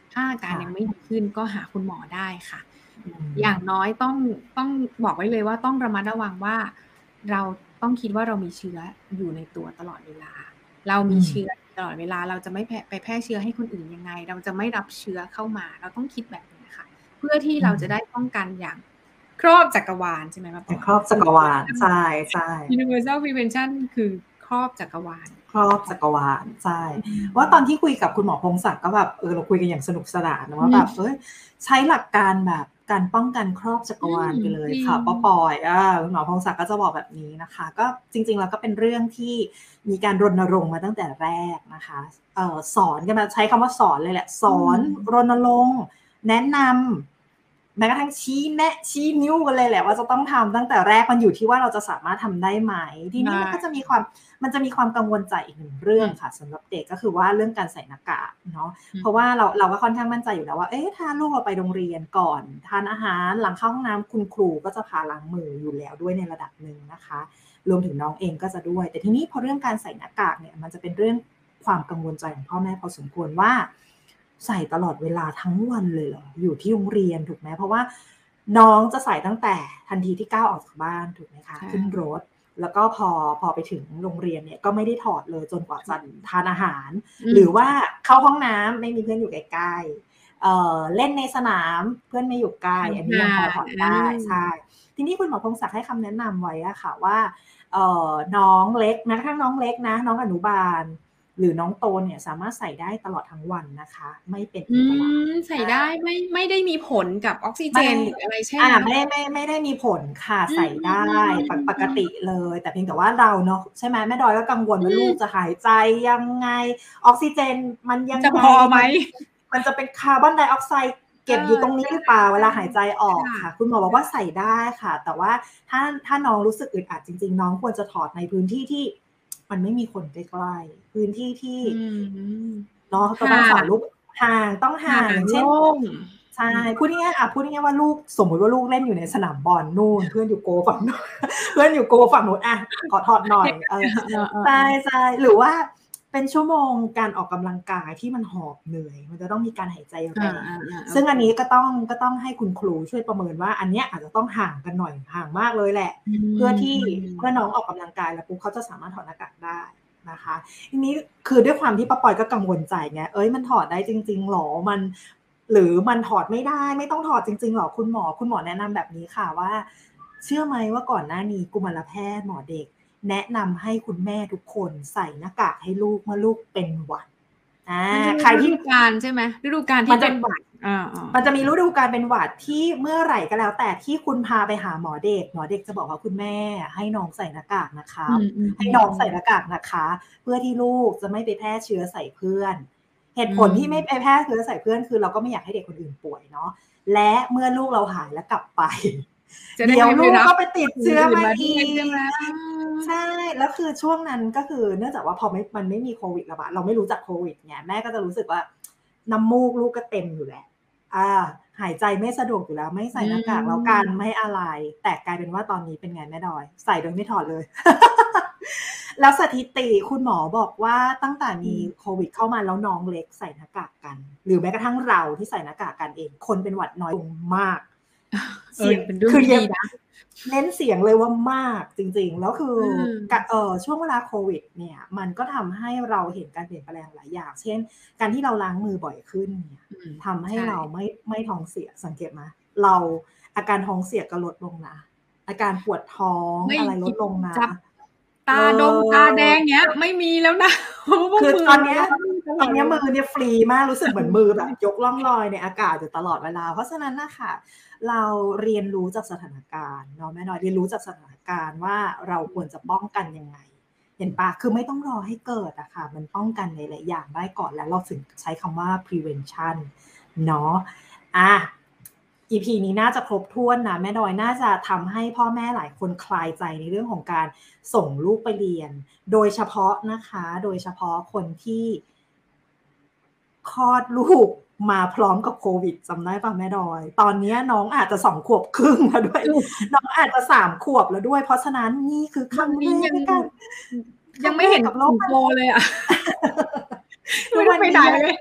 ถ้าอาการยังไม่ดีขึ้นก็หาคุณหมอได้ค่ะอือย่างมน้อยต้อง ต้องบอกไว้เลยว่า ต้องระมัดระวังว่า เราต้องคิดว่าเรามีเชื้ออยู่ในตัวตลอดเวลา เราอืมมีเชื้อตลอดเวลา เราจะไม่แพร่ ไปแพร่เชื้อให้คนอื่นยังไง เราจะไม่รับเชื้อเข้ามา เราต้องคิดแบบนี้ค่ะ เพื่อที่อืมเราจะได้ป้องกันอย่างครอบจักรวาล ใช่ไหมมะปอย่าอยงครอบจักรวาล ใช่ ๆ Universal Prevention คือครอบจักรวาลครอบจักรวาล ใช่อืมว่าตอนที่คุยกับคุณหมอพงษ์ศักดิ์ก็แบบ เออ เราคุยกันอย่างสนุกสนานเนาะอว่าืแบบมเฮ้ย ใช้หลักการแบบการป้องกันครอบจักอรืวาลมไปเลยจริค่ะป้าปงอย อา คุณหมอพงษ์ศักดิ์ก็จะบอกแบบนี้นะคะ ก็จริง ๆ แล้วก็เป็นเรื่องที่มีการรณรงค์มาตั้งแต่แรกนะคะ เอ่อ สอนกันมา ใช้คำว่าสอนเลยแหละ สอือนมรณรงค์ แนะนำ แม้กระทั่งชี้แนะ ชี้นิ้วกันเลยแหละว่าจะต้องทำตั้งแต่แรก มันอยู่ที่ว่าเราจะสามารถทำได้ไหม ทีใชนี้มันก็่จะมีความ มันจะมีความกังวลใจอีกหนึ่งเรื่ออืงมค่ะสำหรับเด็ก ก็คือว่าเรื่องการใส่หน้ากากเนาะอืเพราะว่ามเรา เราก็ค่อนข้างมั่นใจอยู่แล้วว่า เอ๊ะ ถ้าลูกเราไปโรงเรียนก่อนทานอาหาร หลังเข้าห้องน้ำ คุณครูก็จะพาล้างมืออยู่แล้วด้วยในระดับหนึ่งนะคะ รวมถึงน้องเองก็จะด้วย แต่ทีนี้พอเรื่องการใส่หน้ากากเนี่ย มันจะเป็นเรื่องความกังวลใจของพ่อแม่พอสมควรว่า ใส่ตลอดเวลาทั้งวันเลยเหรอ อยู่ที่โรงเรียนถูกไหม เพราะว่าน้องจะใส่ตั้งแต่ทันทีที่ก้าวออกจากบ้านถูกไหมคะใช่ขึ้นรถ แล้วก็พอ พอไปถึงโรงเรียนเนี่ย ก็ไม่ได้ถอดเลยจนกว่าจะทานอาหารอืมหรือว่าเข้าห้องน้ำไม่มีเพื่อนอยู่ใกล้ ๆ เอ่อ เล่นในสนามเพื่อนไม่อยู่ใกล้ อันนี้ยังพอถอดได้ ใช่ ทีนี้คุณหมอพงษ์ศักดิ์ให้คำแนะนำไว้อะค่ะว่า เอ่อ น้องเล็ก แม้กระทั่งน้องเล็กนะ น้องอนุบาล หรือน้องโตเนี่ยสามารถใส่ได้ตลอดทั้งวันนะคะ ไม่เป็นอือันตรายม ใส่อได้าไม่ ไม่ได้มีผลกับออกซิเไจม่นหรืออะไรใช่อไหาม? ไม่ ไม่ ไม่ได้มีผลค่ะอืใส่ได้ ปก ปกม ๆ ๆ ๆติเลย แต่เพียงแต่ว่าเราเนาะ ใช่ไหม แม่ดอยก็กังวลอืว่าลูกมจะหายใจยังไง ออกซิเจนมันยังจะไงพอไหม? มัน มันจะเป็นคาร์บอนไดออกไซด์เเอก็บอยู่ตรงนี้หรือเปล่าเวอลาหายใจอๆอๆ คก่ะค่ะ คุณหมอบอกค่ว่าะใส่ได้ค่ะ แต่ว่าถ้า ถ้าน้องรู้สึกอึดอัดจริง ๆ น้องควรจะถอดในพื้นที่ที่ มันไม่มีคนใกล้ ๆ พื้นที่ที่อืมเนาะหจะ่าต้องสอนงลูกห่าง ต้องหห่างาอย่งางเโชล่น่งใช่อืมพูดง่าย ๆ อะ พูดง่าย ๆ ว่าลูก สมมุติว่าลูกเล่นอยู่ในสนามบอลนู่น เพื่อนอยู่โกฝั่ง นู้น เพื่อนอยู่โกฝั่งนู้น อะ ขอถอดหน่อย เออเอใอ ๆ ๆช่ ๆ หรือว่าเป็นชั่วโมงการออกกำลังกายที่มันหอบเหนื่อย มันจะต้องมีการหายใจอแรางๆ ๆ โอซึ่งเอันนี้คก็ต้อง ก็ต้องให้คุณครูช่วยประเมินว่า อันเนี้ยอาจจะต้องห่างกันหน่อย ห่างมากเลยแหละอืเพื่อที่มเมื่อน้องๆออกกำลังกายแล้วปุ๊บ เขาจะสามารถถอดหน้ากากได้นะคะ ทีนี้คือด้วยความที่ป้าปอยก็กังวลใจไง เฮ้ย มันถอดได้จริง ๆ เหรอ มัน หรือมันถอดไม่ได้ ไม่ต้องถอดจริง ๆ เหรอคุณหมอ คุณหมอแนะนำแบบนี้ค่ะว่า เชื่อไหมว่าก่อนหน้านี้กุมารแพทย์ หมอเด็ก แนะนำให้คุณแม่ทุกคนใส่หน้ากากให้ลูกเมื่อลูกเป็นหวัด อามันจะมีใครทฤดีู่กาลใช่ไหม? ฤดูกาลทมีั่นเจปะ็นหวัด อามันจะมีฤๆดูกาลเป็นหวัดที่เมื่อไหร่ก็แล้วแต่ที่คุณพาไปหาหมอเด็ก หมอเด็กจะบอกว่า "คุณแม่ให้น้องใส่หน้ากากนะครอืับ ให้น้องม ๆใส่หน้ๆากากนะคะ เพื่อที่ลูกจะไม่ไปแพร่เชื้อใส่เพื่อน" เหอตุืผลที่ไม่มไปแพร่เชื้อใส่เพื่อน คือเราก็ไม่อยากให้เด็กคนอื่นป่วยเนาะ และเมื่อลูกเราหายแล้วกลับ ไปจะไเด้ดี๋ยไวม่ไปรลูกกั็บไปติดคนเชื้ออื่นมาอมาด้วียใช่ไหม? กเอใชอ่ แล้วคือช่วงนั้นก็คือเนื่องจากว่าพอไม่ มันไม่มีโควิดระบาด เราไม่รู้จักโควิดไง แม่ก็จะรู้สึกว่า น้ำมูกลูกก็เต็มอยู่แล้ว อา หายใจไม่สะดวกอยู่แล้ว ไม่ใอสื่หน้ากากแล้วกันมไม่อะไร แต่กลายเป็นว่าตอนนี้เป็นไงแม่ดอย ใส่โดยไม่ถอดเลย แล้วสถิติคุณหมอบอกว่า ตั้งแต่อมีืมโควิดเข้ามาแล้วน้องเล็กใส่หน้ากากกัน หรือแม้กระทั่งเราที่ใส่หน้ากากกันเอง คนเป็นหวัดน้อยลงมากเเออสียงเป็นเรื่อคงือที่เยด็ีบนะเน้นเสียงเลยว่ามากจริง ๆ แล้วคืออืกะมเอ่อ ช่วงเวลาโควิดเนี่ย มันก็ทำให้เราเห็นการเปลี่ยนแปลงหลายอย่าง เช่น การที่เราล้างมือบ่อยขึ้นเนี่ยอืมทำใหใช้เรา่ไม่ ไม่ท้องเสีย สังเกตไหม เราอาการท้องเสียก็ลดลงนะ อาการปวดท้องไม่อะไรลคิดดลงนะจะตเอาดงตาแดงอเงี้ย ไม่มีแล้วนะ เพราะว่าคือมือตอนเนี้ยร้อนตลตอนเนี้ยมอดเวลืาอเนี่ยฟรีมาก รู้สึกเหมือนมือแบบยกล่องลอยในอากาศอยู่ตลอดเวลา เพราะฉะนั้นน่ะค่ะ เราเรียนรู้จากสถานการณ์เนาะแม่น้อย เรียนรู้จากสถานการณ์ว่า เราอืควรจะมป้องกันยังไง เห็นเปล่า คือไม่ต้องรอให้เกิดอะค่ะ มันป้องกันหลาย ๆ อย่างได้ก่อน แล้วเราถึงใช้คำว่า prevention เนาะ อา อีพี นี้น่าจะครบถ้วนนะแม่ดอย น่าจะทำให้พ่อแม่หลายคนคลายใจในเรื่องของการส่งลูกไปเรียน โดยเฉพาะนะคะ โดยเฉพาะคนที่ คลอด ลูก มาพร้อมกับโควิด จำได้เปล่าแม่ดอย ตอนเนี้ยน้องอาจจะ สอง ขวบครึ่ง แล้วด้วยถูกน้องอาจจะ สาม ขวบแล้วด้วย เพราะฉะนั้นนี่คือควรั้นนงแรี้กยังในการอือครยัั้งไงม่แรเกห็นกับโลสกิงใบโตนี้เลยอะทไมุ่กรู้วันไปไนหีน้ยังเลยทุ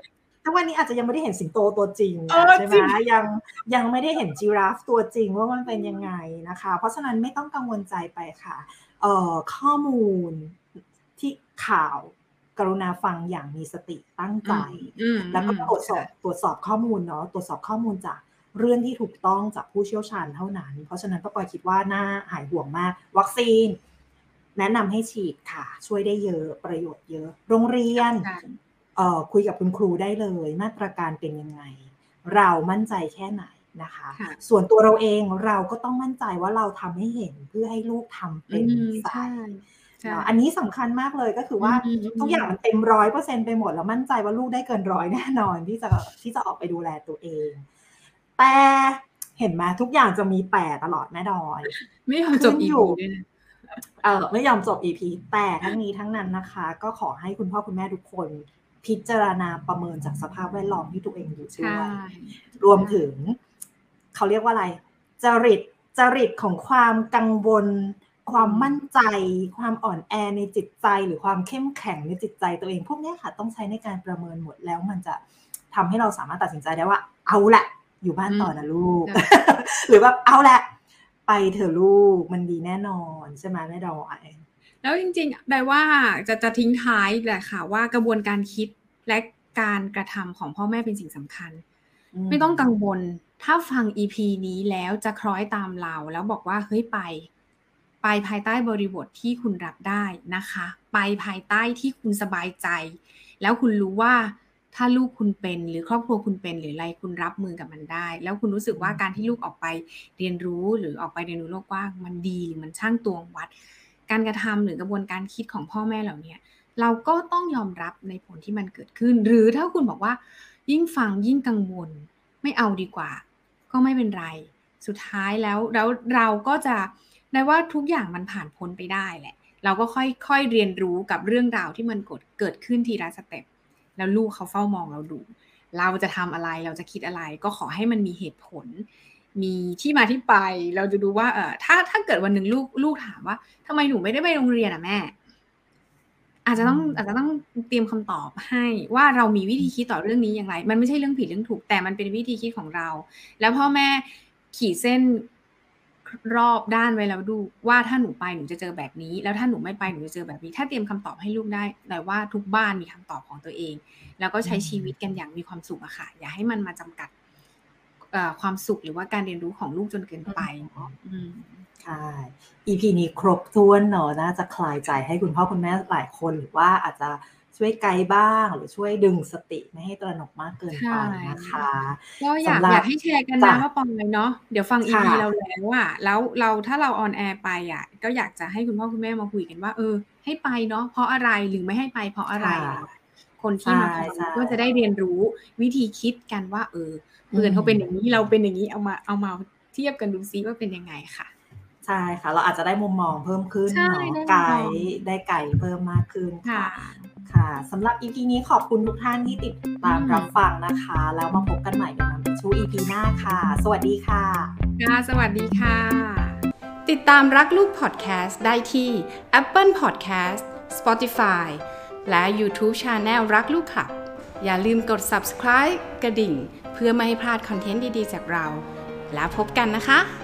ทุกวันนี้อาจจะยังไม่ได้เห็นสิงโตตัวจริงเออะอใช่ไหมจริงยังยังไม่ได้เห็นจิราฟตัวจริงว่ามันเป็นยังไงนะคะ เพราะฉะนั้นไม่ต้องกังวลใจไปค่ะ เอ่อ ข้อมูลที่ข่าวกรุณาฟังอย่างมีสติตั้งใจอืมแล้วก็ตรวจสอบๆตรวจสอบข้อมูลเนาะ ตรวจสอบข้อมูลจากเรื่องที่ถูกต้องจากผู้เชี่ยวชาญเท่านั้น เพราะฉะนั้นป้าปอยคิดว่าน่าหายห่วงมาก วัคซีนแนะนำให้ฉีดค่ะ ช่วยได้เยอะ ประโยชน์เยอะ โรงเรียนใช่เอ่อ คุยกับคุณครูได้เลย มาตรการเป็นยังไง เรามั่นใจแค่ไหนนะคะค่ะส่วนตัวเราเองเราก็ต้องมั่นใจว่าเราทำให้เห็นเพื่อให้ลูกทำอืเป็นนิมสัใช่ยใช่เนาะ อันนี้สำคัญมากเลย ก็คืออืว่ามทุกอย่างๆมันเต็ม ร้อยเปอร์เซ็นต์ ไปหมด แล้วมั่นใจว่าลูกได้เกิน ร้อย แน่นอน ที่จะ ที่จะออกไปดูแลตัวเอง แต่เห็นไหม ทุกอย่างจะมีแต่ตลอดแม่ดอยไม่ยอมขจึ้บนอีอพียู่ด้วยนะเอ่อ ไม่ยอมจบ อี พี แต่ทั้งนี้ทั้งนั้นนะคะ ก็ขอให้คุณพ่อคุณแม่ทุกคนพิจารณาประเมินจากสภาพแวดล้อมที่ตัวเองอยู่ใช่ด้วย รวมใช่ถึง เขาเรียกว่าอะไร จริต จริตของความกังวล ความอืมมั่นใจ ความอ่อนแอในจิตใจ หรือความเข้มแข็งในจิตใจตัวเอง พวกเนี้ยค่ะ ต้องใช้ในการประเมินหมด แล้วมันจะทำให้เราสามารถตัดสินใจได้ว่า เอาล่ะ อยู่บ้านอืมต่อนะลูกใช่หรือแบบ เอาล่ะ ไปเถอะลูก มันดีแน่นอน ใช่ไหมแม่ดอยแล้วจริง ๆ แปลว่าจะ จะทิ้งท้ายแหละค่ะว่า กระบวนการคิดและการกระทำของพ่อแม่เป็นสิ่งสำคัญอืไม่ต้องกัมงวล ถ้าฟัง อี พี นี้แล้วจะคล้อยตามเรา แล้วบอกว่า เฮ้ย ไป ไปภายใต้บริบทที่คุณรับได้นะคะ ไปภายใต้ที่คุณสบายใจ แล้วคุณรู้ว่า ถ้าลูกคุณเป็น หรือครอบครัวคุณเป็น หรืออะไร คุณรับมือกับมันได้ แล้วคุณรู้สึกว่า การที่ลูกออกไปเรียนรู้ หรือออกไปเรียนรู้โลกกว้าง มันดี หรือมันชั่งตวงวัด การกระทำหรือกระบวนการคิดของพ่อแม่เหล่าเนี้ย เราก็ต้องยอมรับในผลที่มันเกิดขึ้น หรือถ้าคุณบอกว่า ยิ่งฟังยิ่งกังวล ไม่เอาดีกว่า ก็ไม่เป็นไร สุดท้ายแล้ว แล้วเราก็จะ ได้ว่าทุกอย่างมันผ่านพ้นไปได้แหละ เราก็ค่อย ๆ เรียนรู้กับเรื่องราวที่มันกด เกิดขึ้นทีละสเต็ป แล้วลูกเขาเฝ้ามองเราดู เราจะทำอะไร เราจะคิดอะไร ก็ขอให้มันมีเหตุผล มีที่มาที่ไป เราจะดูว่า เอ่อ ถ้า ถ้าเกิดวันหนึ่งลูก ลูกถามว่า "ทำไมหนูไม่ได้ไปโรงเรียนอะแม่?" อาจจะอืต้องมอาจจะต้องเตรียมคำตอบให้ว่า เรามีวิธีคิดต่อเรื่องนี้อย่างไร มันไม่ใช่เรื่องผิดเรื่องถูก แต่มันเป็นวิธีคิดของเรา แล้วพ่อแม่ขีดเส้น รอบด้านไว้แล้วดูว่า ถ้าหนูไปหนูจะเจอแบบนี้ แล้วถ้าหนูไม่ไปหนูจะเจอแบบนี้ ถ้าเตรียมคำตอบให้ลูกได้ แต่ว่าทุกบ้านมีคำตอบของตัวเอง แล้วก็อืใช้ชีวิตมกันอย่างมีความสุขอะค่ะ อย่าให้มันมาจำกัด เอ่อ ความสุขหรือว่าการเรียนรู้ของลูกจนเกินอืไปเนาะมอืมใช่ อี พี นี้ครบถ้วนเนาะ น่าจะคลายใจให้คุณพ่อคุณแม่หลายคน หรือว่าอาจจะช่วยไกด์บ้าง หรือช่วยดึงสติไม่ให้ตระหนกมากเกินใช่ไปนะคะก็อสยาำกหรอัยาบกให้แชร์กันจนะ้ะว่า ปอยเนาะ เดี๋ยวฟัง อีค่พี เราะแล้วอะ แล้วเรา ถ้าเรา on air ไปอะ ก็อยากจะให้คุณพ่อคุณแม่มาคุยกันว่า เออ ให้ไปเนาะ เพราะอะไร หรือไม่ให้ไปเพราะอะคไร่ะอะไร คนใที่มาฟังช่ก็จะได้เรียนรู้วิธีคิดกันว่า เอออืเพื่อนเขาเป็นอย่างมงี้ เราเป็นอย่างงี้ เอามา เอามาเทียบกันดูซิว่าเป็นยังไงค่ะใช่ค่ะ เราอาจจะได้มุมมองเพิ่มขึ้นใช่เนาะได้ไมกุมมองด์ ได้ไกด์เพิ่มมากขึ้นค่ค่ะะค่ะ สำหรับ อี พี นี้ขอบคุณทุกท่านที่ติดอตามรับืมฟังนะคะ แล้วมาพบกันใหม่กับ Mom Issue อี พี หน้าค่ะ สวัสดีค่ะค่ะ สวัสดีค่ะ ติดตามรักลูกพอดแคสต์ได้ที่ Apple Podcast Spotify และ YouTube Channel รักลูกค่ะ อย่าลืมกด Subscribe กระดิ่ง เพื่อไม่ให้พลาดคอนเทนต์ดี ๆ จากเรา แล้วพบกันนะคะ